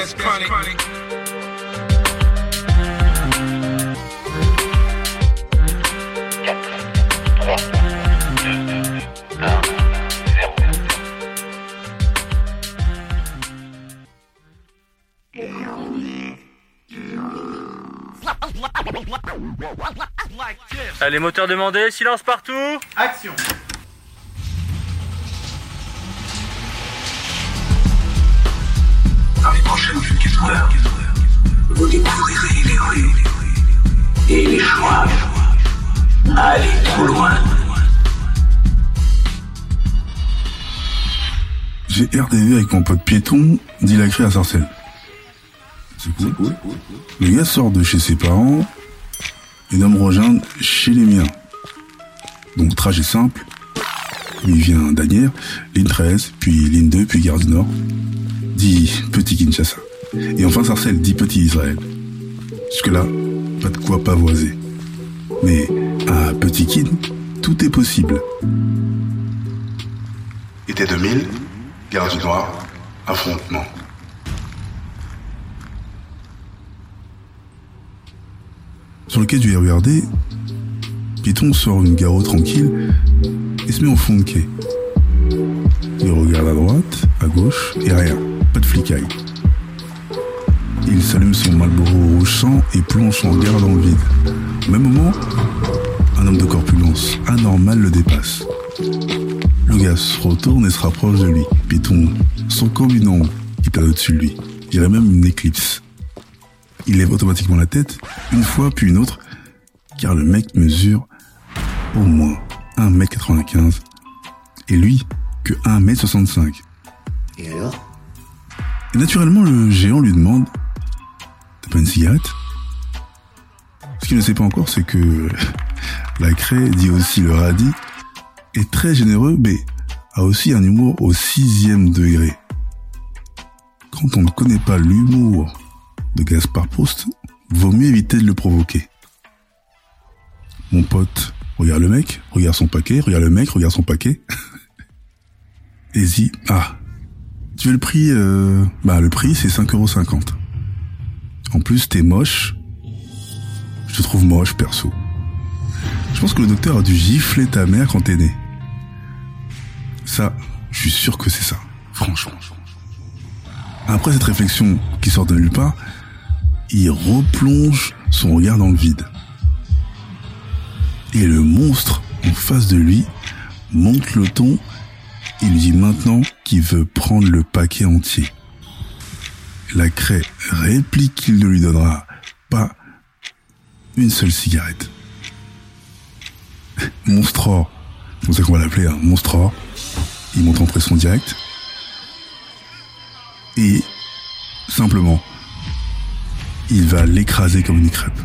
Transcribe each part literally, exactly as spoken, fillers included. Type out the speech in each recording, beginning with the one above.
That's chronic. Allez, moteur demandé, silence partout. Action. Dans les prochaines vingt-quatre heures, vous découvrirez les rues et les choix. Allez trop loin. J'ai R D V avec mon pote piéton, dit la crée à Sarcelles. C'est cool. cool. Le gars sort de chez ses parents et doit me rejoindre chez les miens. Donc trajet simple, il vient d'Anières, ligne treize, puis ligne deux, puis Gare du Nord, dit Petit Kinshasa. Et enfin Sarcelles, dit Petit Israël. Jusque-là, pas de quoi pavoiser. Mais à Petit Kin, tout est possible. Été deux mille, Gare du Nord, affrontement. Sur le quai du R E R D, piéton sort une Garo tranquille et se met au fond de quai. Il regarde à droite, à gauche et rien, pas de flicaille. Il s'allume son Marlboro rouge sang et plonge son regard dans le vide. Au même moment, un homme de corpulence anormal le dépasse. Le gars se retourne et se rapproche de lui. Piéton sent comme une ombre qui plane au-dessus de lui. Je dirais même une éclipse. Il lève automatiquement la tête, une fois puis une autre, car le mec mesure au moins un mètre quatre-vingt-quinze, et lui que un mètre soixante-cinq. Et alors ? Et naturellement, le géant lui demande « T'as pas une cigarette ?» Ce qu'il ne sait pas encore, c'est que la craie, dit aussi le radis, est très généreux, mais a aussi un humour au sixième degré. Quand on ne connaît pas l'humour de Gaspard Proust, vaut mieux éviter de le provoquer. Mon pote regarde le mec, regarde son paquet, regarde le mec, regarde son paquet. Et dit, ah, tu veux le prix euh... Bah le prix c'est cinq euros cinquante. En plus t'es moche. Je te trouve moche perso. Je pense que le docteur a dû gifler ta mère quand t'es né. Ça, je suis sûr que c'est ça, franchement. Après cette réflexion qui sort de nulle part, il replonge son regard dans le vide. Et le monstre en face de lui monte le ton et lui dit maintenant qu'il veut prendre le paquet entier. La craie réplique qu'il ne lui donnera pas une seule cigarette. Monstror, c'est comme ça qu'on va l'appeler, hein, Monstror. Il monte en pression directe. Et simplement, il va l'écraser comme une crêpe.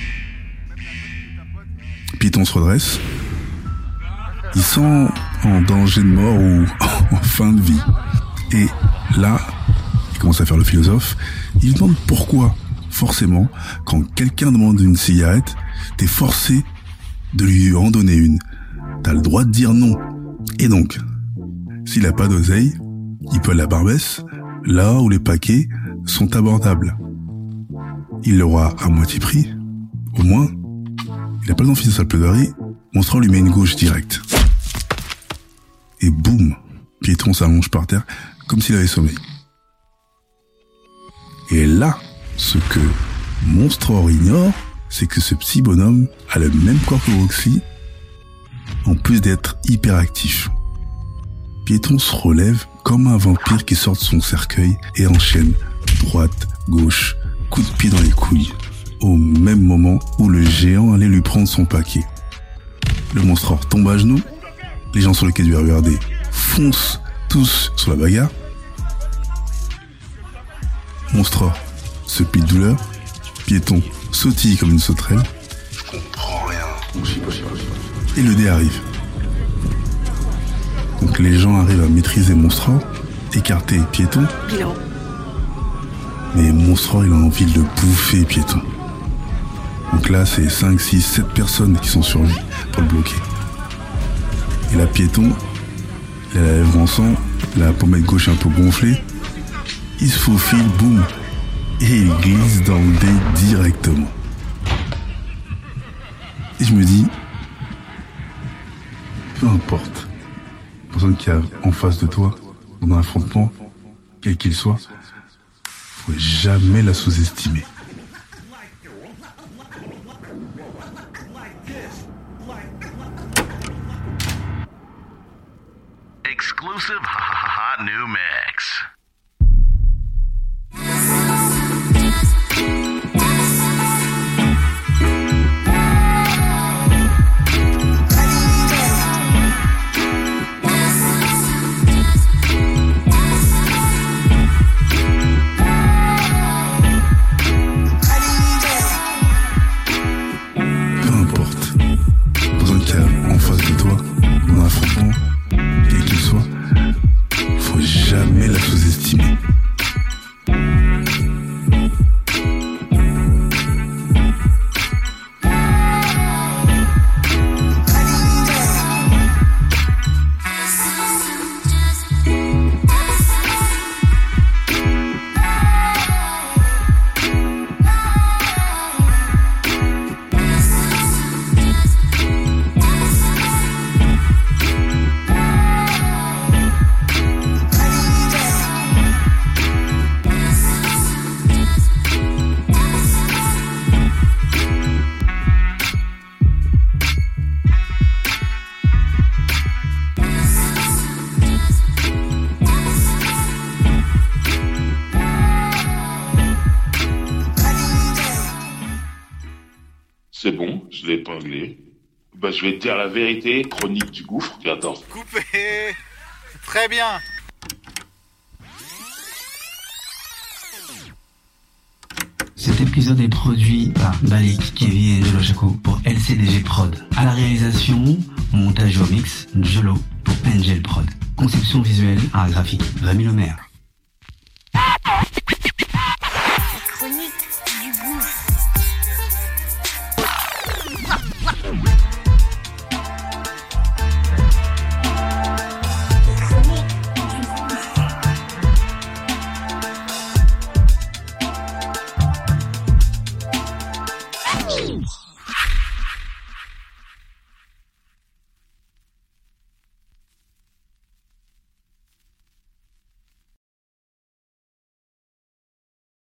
Piéton se redresse. Il sent en danger de mort ou en fin de vie. Et là, il commence à faire le philosophe. Il demande pourquoi, forcément, quand quelqu'un demande une cigarette, t'es forcé de lui en donner une. T'as le droit de dire non. Et donc, s'il a pas d'oseille, il peut la barbesse là où les paquets sont abordables. Il l'aura à moitié prix, au moins. Il n'a pas le temps de finir sa plaidoirie, Monstror lui met une gauche directe. Et boum, Piéton s'allonge par terre comme s'il avait sommeil. Et là, ce que Monstror ignore, c'est que ce petit bonhomme a le même corps que Roxy, en plus d'être hyperactif. Piéton se relève comme un vampire qui sort de son cercueil et enchaîne droite, gauche, coup de pied dans les couilles, au même moment où le géant allait lui prendre son paquet. Le monstre tombe à genoux, les gens sur le quai du R E R D foncent tous sur la bagarre. Monstre se plie de douleur, Piéton sautille comme une sauterelle. Je comprends rien. Et le dé arrive. Donc les gens arrivent à maîtriser Monstror, écarter Piéton. Mais Monstror, il a envie de le bouffer, Piéton. Donc là, c'est cinq, six, sept personnes qui sont sur lui pour le bloquer. Et là, Piéton, il a la lèvre en sang, la pommette gauche un peu gonflée. Il se faufile, boum, et il glisse dans le dé directement. Et je me dis, peu importe, la personne qui est en face de toi, dans un affrontement, quel qu'il soit, faut jamais la sous-estimer. Exclusive hot new mix. Peu importe, la personne qui est en face de toi, dans un affrontement, quel qu'il soit, faut jamais la sous-estimer. C'est bon, je l'ai épinglé. Bah, je vais te dire la vérité, chronique du gouffre. Tiens, attends. Coupé. Très bien. Cet épisode est produit par Balik, Kevin et Jolo Chaco pour L C D G Prod. À la réalisation, montage au mix, Jolo pour Angel Prod. Conception visuelle, art graphique, Rémi Lemaire. Chronique du gouffre. Chronique du gouffre.